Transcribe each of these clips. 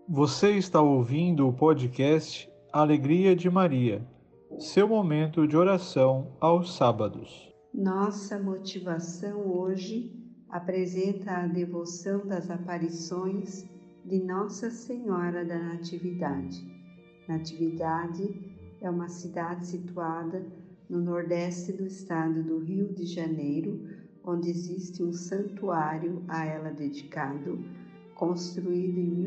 Você está ouvindo o podcast Alegria de Maria, seu momento de oração aos sábados. Nossa motivação hoje apresenta a devoção das aparições de Nossa Senhora da Natividade. Natividade é uma cidade situada no nordeste do estado do Rio de Janeiro, onde existe um santuário a ela dedicado, construído em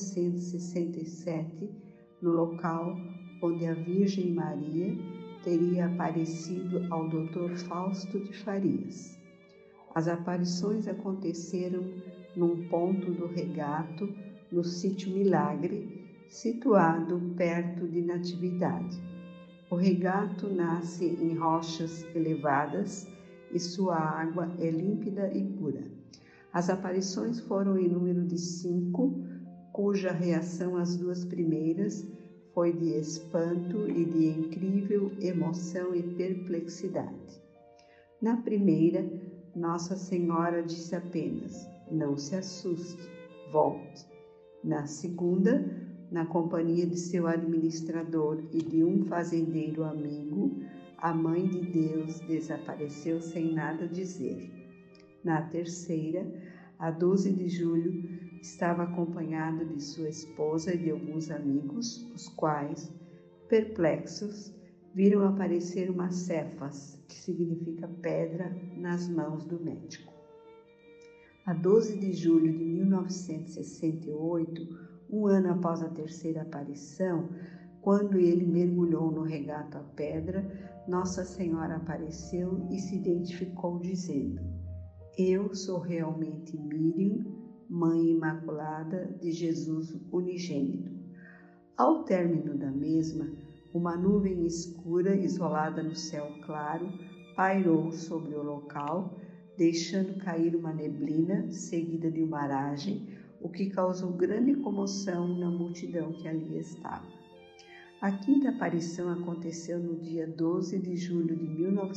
1967, no local onde a Virgem Maria teria aparecido ao Dr. Fausto de Farias. As aparições aconteceram num ponto do regato, no sítio Milagre, situado perto de Natividade. O regato nasce em rochas elevadas e sua água é límpida e pura. As aparições foram em número de 5, cuja reação às duas primeiras foi de espanto e de incrível emoção e perplexidade. Na primeira, Nossa Senhora disse apenas: "Não se assuste, volte". Na segunda, na companhia de seu administrador e de um fazendeiro amigo, a Mãe de Deus desapareceu sem nada dizer. Na terceira, a 12 de julho, estava acompanhado de sua esposa e de alguns amigos, os quais, perplexos, viram aparecer uma cefas, que significa pedra, nas mãos do médico. A 12 de julho de 1968, um ano após a terceira aparição, quando ele mergulhou no regato à pedra, Nossa Senhora apareceu e se identificou dizendo: "Eu sou realmente Miriam, Mãe Imaculada de Jesus Unigênito". Ao término da mesma, uma nuvem escura isolada no céu claro pairou sobre o local, deixando cair uma neblina seguida de uma aragem, o que causou grande comoção na multidão que ali estava. A quinta aparição aconteceu no dia 12 de julho de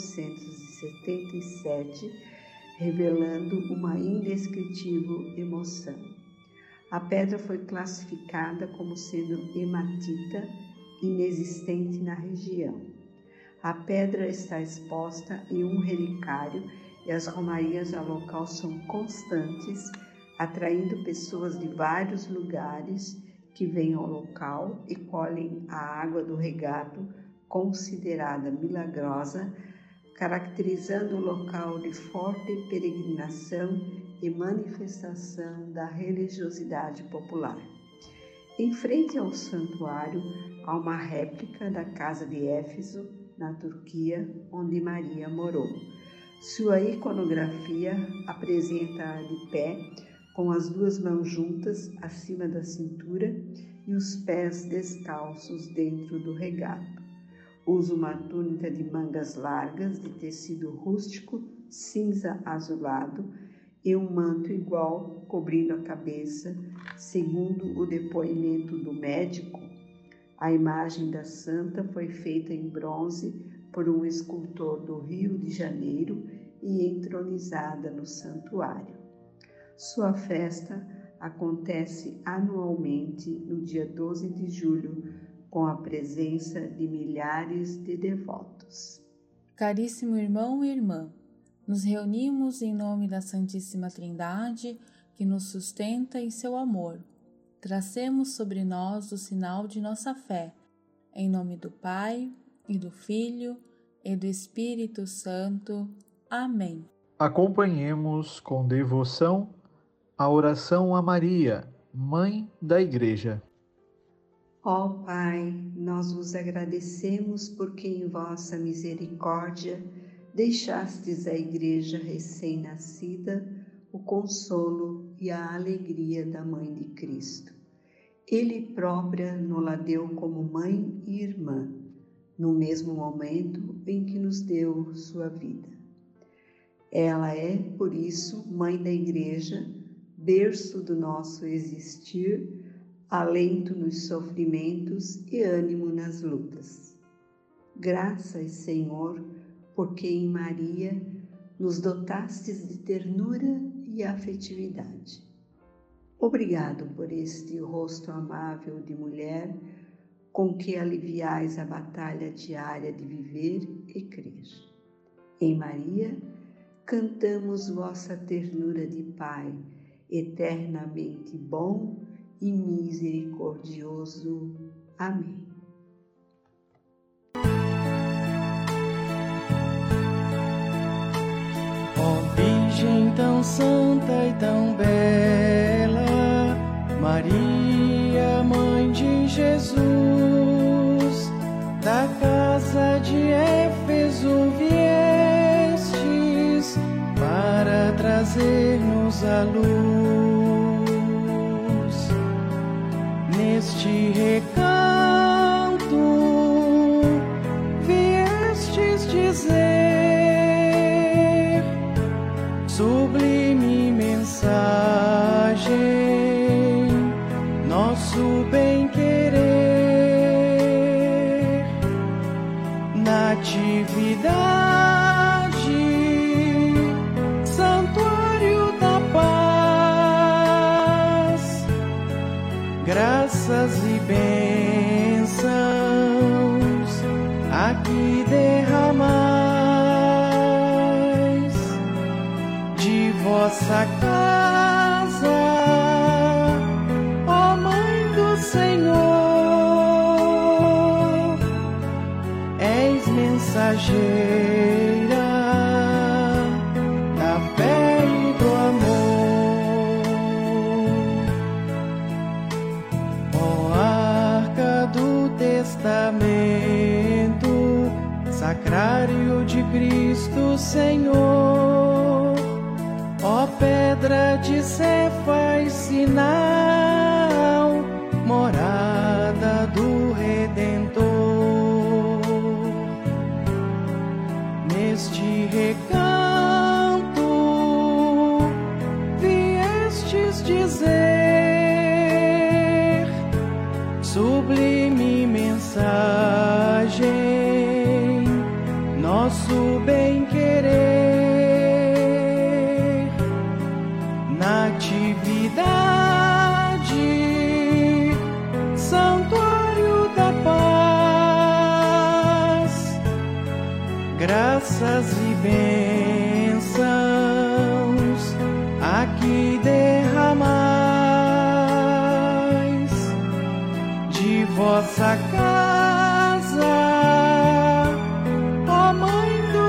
1977, revelando uma indescritível emoção. A pedra foi classificada como sendo hematita, inexistente na região. A pedra está exposta em um relicário e as romarias ao local são constantes, atraindo pessoas de vários lugares que vêm ao local e colhem a água do regato, considerada milagrosa, caracterizando o local de forte peregrinação e manifestação da religiosidade popular. Em frente ao santuário, há uma réplica da casa de Éfeso, na Turquia, onde Maria morou. Sua iconografia apresenta-a de pé, com as duas mãos juntas acima da cintura e os pés descalços dentro do regato. Usa uma túnica de mangas largas de tecido rústico cinza azulado e um manto igual cobrindo a cabeça, segundo o depoimento do médico. A imagem da santa foi feita em bronze por um escultor do Rio de Janeiro e entronizada no santuário. Sua festa acontece anualmente no dia 12 de julho, com a presença de milhares de devotos. Caríssimo irmão e irmã, nos reunimos em nome da Santíssima Trindade, que nos sustenta em seu amor. Tracemos sobre nós o sinal de nossa fé, em nome do Pai, e do Filho, e do Espírito Santo. Amém. Acompanhemos com devoção a oração a Maria, Mãe da Igreja. Ó Pai, nós vos agradecemos porque em vossa misericórdia deixastes à Igreja recém-nascida o consolo e a alegria da Mãe de Cristo. Ele própria nos deu como mãe e irmã, no mesmo momento em que nos deu sua vida. Ela é, por isso, Mãe da Igreja, berço do nosso existir, alento nos sofrimentos e ânimo nas lutas. Graças, Senhor, porque em Maria nos dotastes de ternura e afetividade. Obrigado por este rosto amável de mulher com que aliviais a batalha diária de viver e crer. Em Maria, cantamos vossa ternura de Pai, eternamente bom e misericordioso. Amém. Ó Virgem tão santa e tão bela, Maria, Mãe de Jesus, da casa de Éfeso viestes para trazer-nos a luz. Neste recanto viestes dizer sublime mensagem, nosso bem-querer, natividade, santuário da paz, graças e bênçãos aqui derramais de vossa casa, ó Mãe do Senhor, és mensageira da fé e do amor, ó Arca do Testamento, Sacrário de Cristo Senhor, ó pedra de Cefas, sinal, morada do Redentor. Neste recanto viestes dizer sublime mensagem, nosso bem-querer, natividade, santuário da paz, graças e bênçãos aqui derramais de vossa casa, ó Mãe do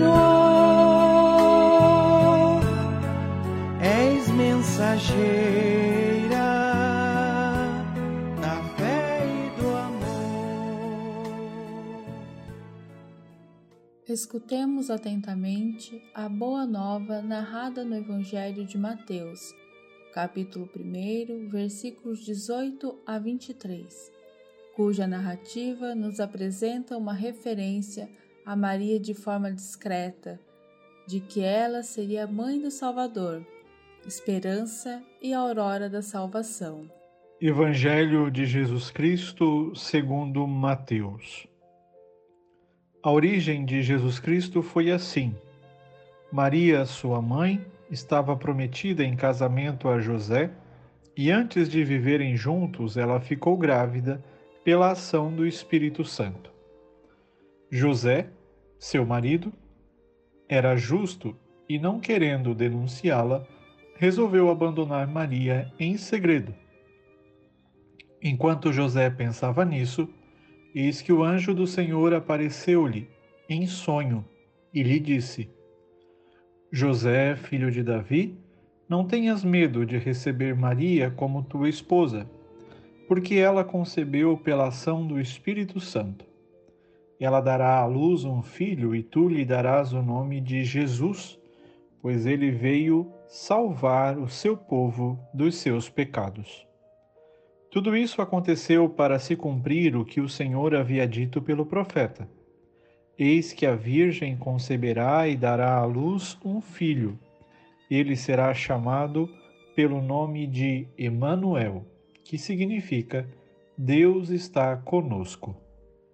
Senhor, és mensageira da fé e do amor. Escutemos atentamente a boa nova narrada no Evangelho de Mateus, capítulo 1, versículos 18 a 23, cuja narrativa nos apresenta uma referência a Maria de forma discreta, de que ela seria a mãe do Salvador, esperança e aurora da salvação. Evangelho de Jesus Cristo segundo Mateus. A origem de Jesus Cristo foi assim. Maria, sua mãe, estava prometida em casamento a José, e antes de viverem juntos, ela ficou grávida pela ação do Espírito Santo. José, seu marido, era justo e, não querendo denunciá-la, resolveu abandonar Maria em segredo. Enquanto José pensava nisso, eis que o anjo do Senhor apareceu-lhe em sonho e lhe disse: José, filho de Davi, não tenhas medo de receber Maria como tua esposa, porque ela concebeu pela ação do Espírito Santo. Ela dará à luz um filho e tu lhe darás o nome de Jesus, pois ele veio salvar o seu povo dos seus pecados. Tudo isso aconteceu para se cumprir o que o Senhor havia dito pelo profeta. Eis que a Virgem conceberá e dará à luz um filho. Ele será chamado pelo nome de Emanuel, que significa Deus está conosco.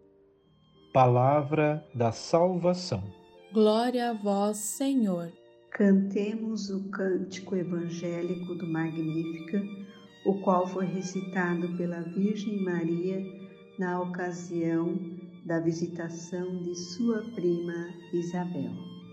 Palavra da salvação. Glória a vós, Senhor. Cantemos o cântico evangélico do Magnífica, o qual foi recitado pela Virgem Maria na ocasião da visitação de sua prima Isabel.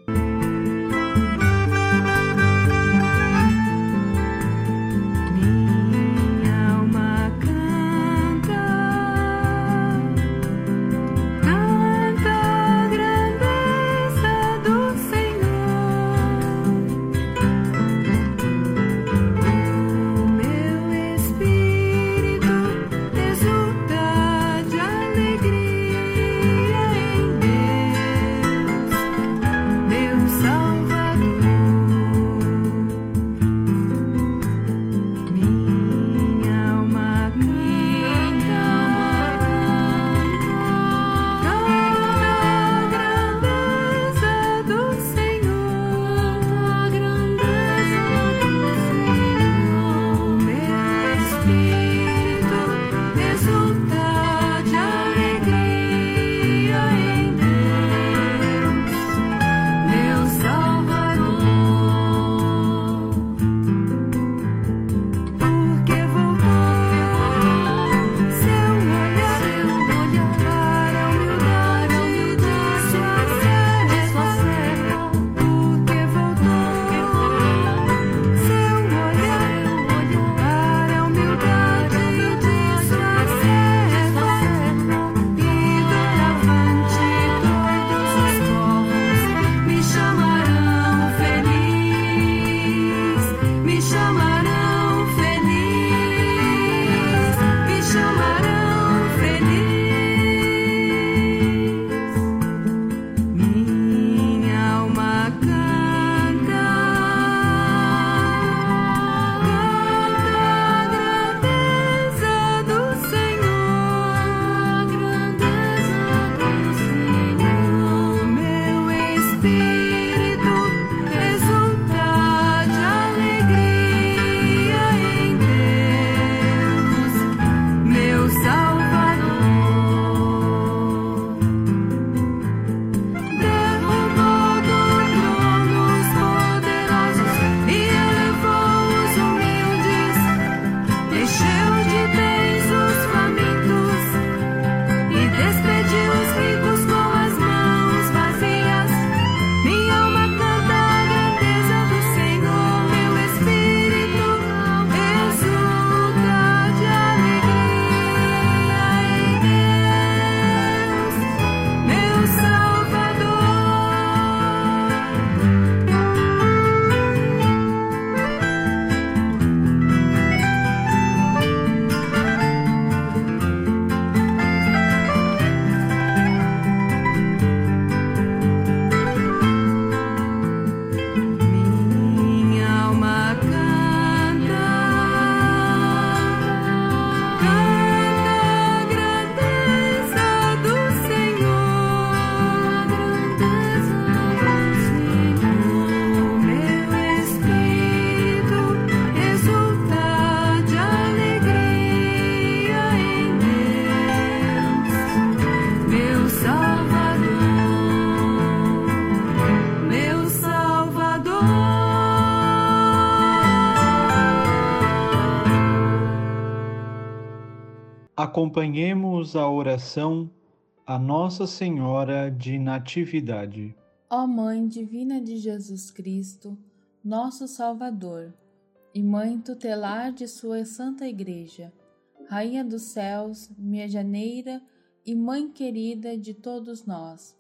Acompanhemos a oração a Nossa Senhora de Natividade. Ó Mãe Divina de Jesus Cristo, nosso Salvador, e Mãe tutelar de sua Santa Igreja, Rainha dos céus, medianeira e Mãe querida de todos nós,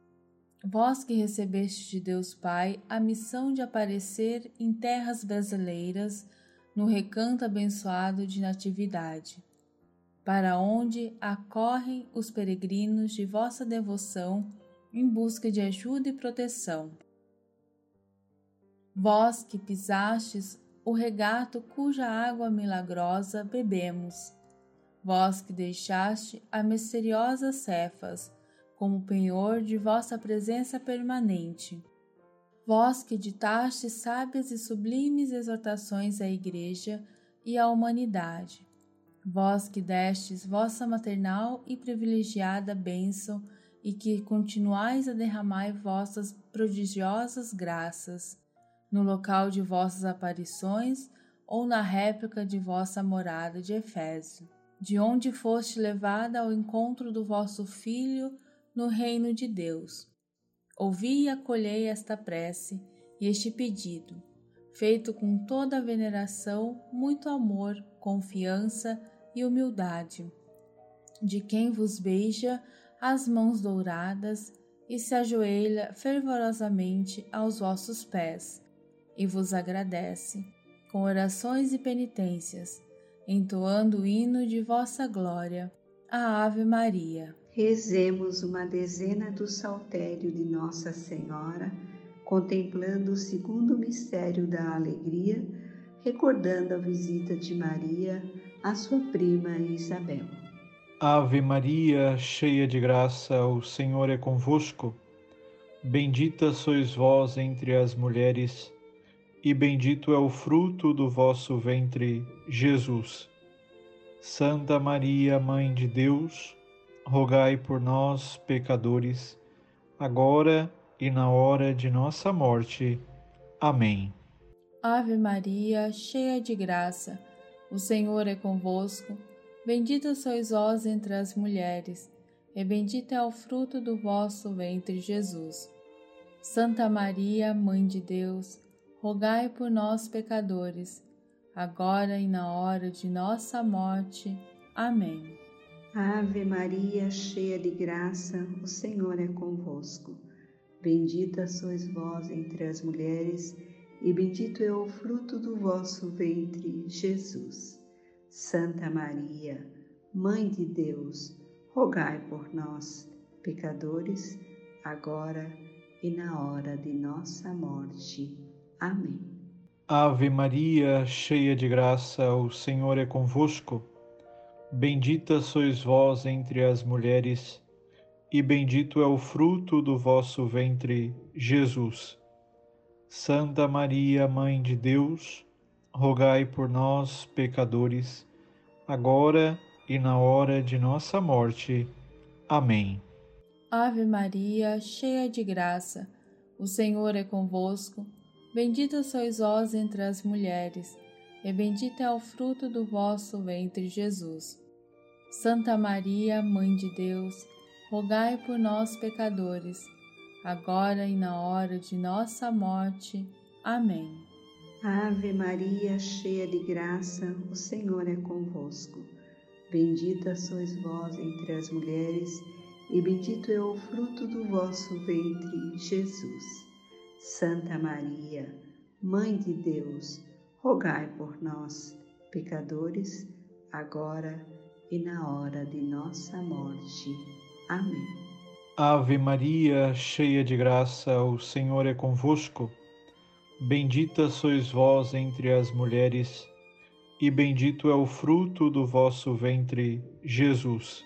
vós que recebeste de Deus Pai a missão de aparecer em terras brasileiras no recanto abençoado de Natividade, para onde acorrem os peregrinos de vossa devoção em busca de ajuda e proteção. Vós que pisastes o regato cuja água milagrosa bebemos, vós que deixaste a misteriosa Cefas como penhor de vossa presença permanente, vós que ditaste sábias e sublimes exortações à Igreja e à humanidade, vós que destes vossa maternal e privilegiada bênção e que continuais a derramar vossas prodigiosas graças, no local de vossas aparições ou na réplica de vossa morada de Efésio, de onde foste levada ao encontro do vosso Filho no reino de Deus. Ouvi e acolhei esta prece e este pedido, feito com toda a veneração, muito amor, confiança e humildade, de quem vos beija as mãos douradas e se ajoelha fervorosamente aos vossos pés, e vos agradece, com orações e penitências, entoando o hino de vossa glória, a Ave Maria. Rezemos uma dezena do Saltério de Nossa Senhora, contemplando o segundo mistério da alegria, recordando a visita de Maria à sua prima Isabel. Ave Maria, cheia de graça, o Senhor é convosco. Bendita sois vós entre as mulheres, e bendito é o fruto do vosso ventre, Jesus. Santa Maria, Mãe de Deus, rogai por nós, pecadores, agora e na hora de nossa morte. Amém. Ave Maria, cheia de graça, o Senhor é convosco. Bendita sois vós entre as mulheres, e bendito é o fruto do vosso ventre, Jesus. Santa Maria, Mãe de Deus, rogai por nós, pecadores, agora e na hora de nossa morte. Amém. Ave Maria, cheia de graça, o Senhor é convosco. Bendita sois vós entre as mulheres, e bendito é o fruto do vosso ventre, Jesus. Santa Maria, Mãe de Deus, rogai por nós, pecadores, agora e na hora de nossa morte. Amém. Ave Maria, cheia de graça, o Senhor é convosco. Bendita sois vós entre as mulheres, e bendito é o fruto do vosso ventre, Jesus. Santa Maria, Mãe de Deus, rogai por nós, pecadores, agora e na hora de nossa morte. Amém. Ave Maria, cheia de graça, o Senhor é convosco. Bendita sois vós entre as mulheres, e bendito é o fruto do vosso ventre, Jesus. Santa Maria, Mãe de Deus, rogai por nós, pecadores, agora e na hora de nossa morte. Amém. Ave Maria, cheia de graça, o Senhor é convosco. Bendita sois vós entre as mulheres, e bendito é o fruto do vosso ventre, Jesus. Santa Maria, Mãe de Deus, rogai por nós, pecadores, agora e na hora de nossa morte. Amém. Ave Maria, cheia de graça, o Senhor é convosco. Bendita sois vós entre as mulheres, e bendito é o fruto do vosso ventre, Jesus.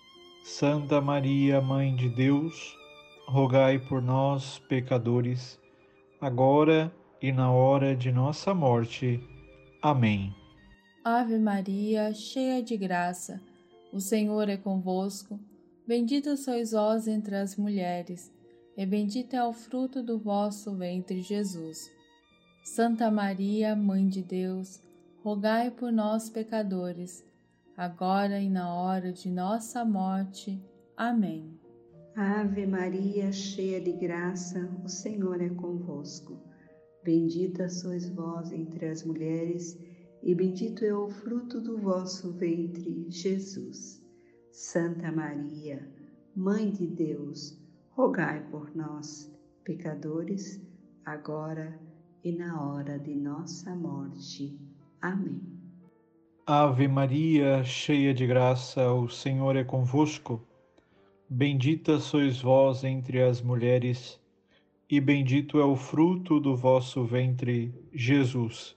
Santa Maria, Mãe de Deus, rogai por nós, pecadores, agora e na hora de nossa morte. Amém. Ave Maria, cheia de graça, o Senhor é convosco. Bendita sois vós entre as mulheres, e bendito é o fruto do vosso ventre, Jesus. Santa Maria, Mãe de Deus, rogai por nós, pecadores, agora e na hora de nossa morte. Amém. Ave Maria, cheia de graça, o Senhor é convosco. Bendita sois vós entre as mulheres, e bendito é o fruto do vosso ventre, Jesus. Santa Maria, Mãe de Deus, rogai por nós, pecadores, agora e na hora de nossa morte. Amém. Ave Maria, cheia de graça, o Senhor é convosco. Bendita sois vós entre as mulheres, e bendito é o fruto do vosso ventre, Jesus.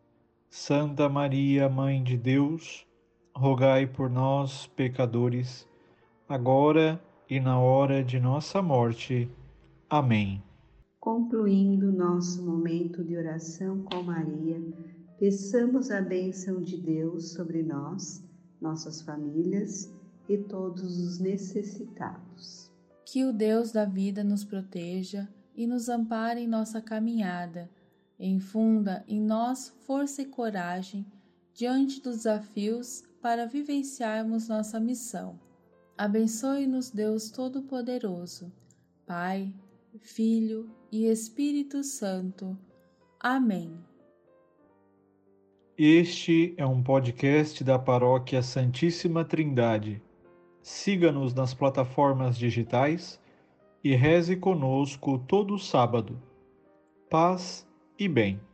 Santa Maria, Mãe de Deus, rogai por nós, pecadores, agora e na hora de nossa morte. Amém. Concluindo nosso momento de oração com Maria, peçamos a bênção de Deus sobre nós, nossas famílias e todos os necessitados. Que o Deus da vida nos proteja e nos ampare em nossa caminhada, Infunda em nós força e coragem diante dos desafios para vivenciarmos nossa missão. Abençoe-nos, Deus Todo-Poderoso, Pai, Filho e Espírito Santo. Amém. Este é um podcast da Paróquia Santíssima Trindade. Siga-nos nas plataformas digitais e reze conosco todo sábado. Paz e bem.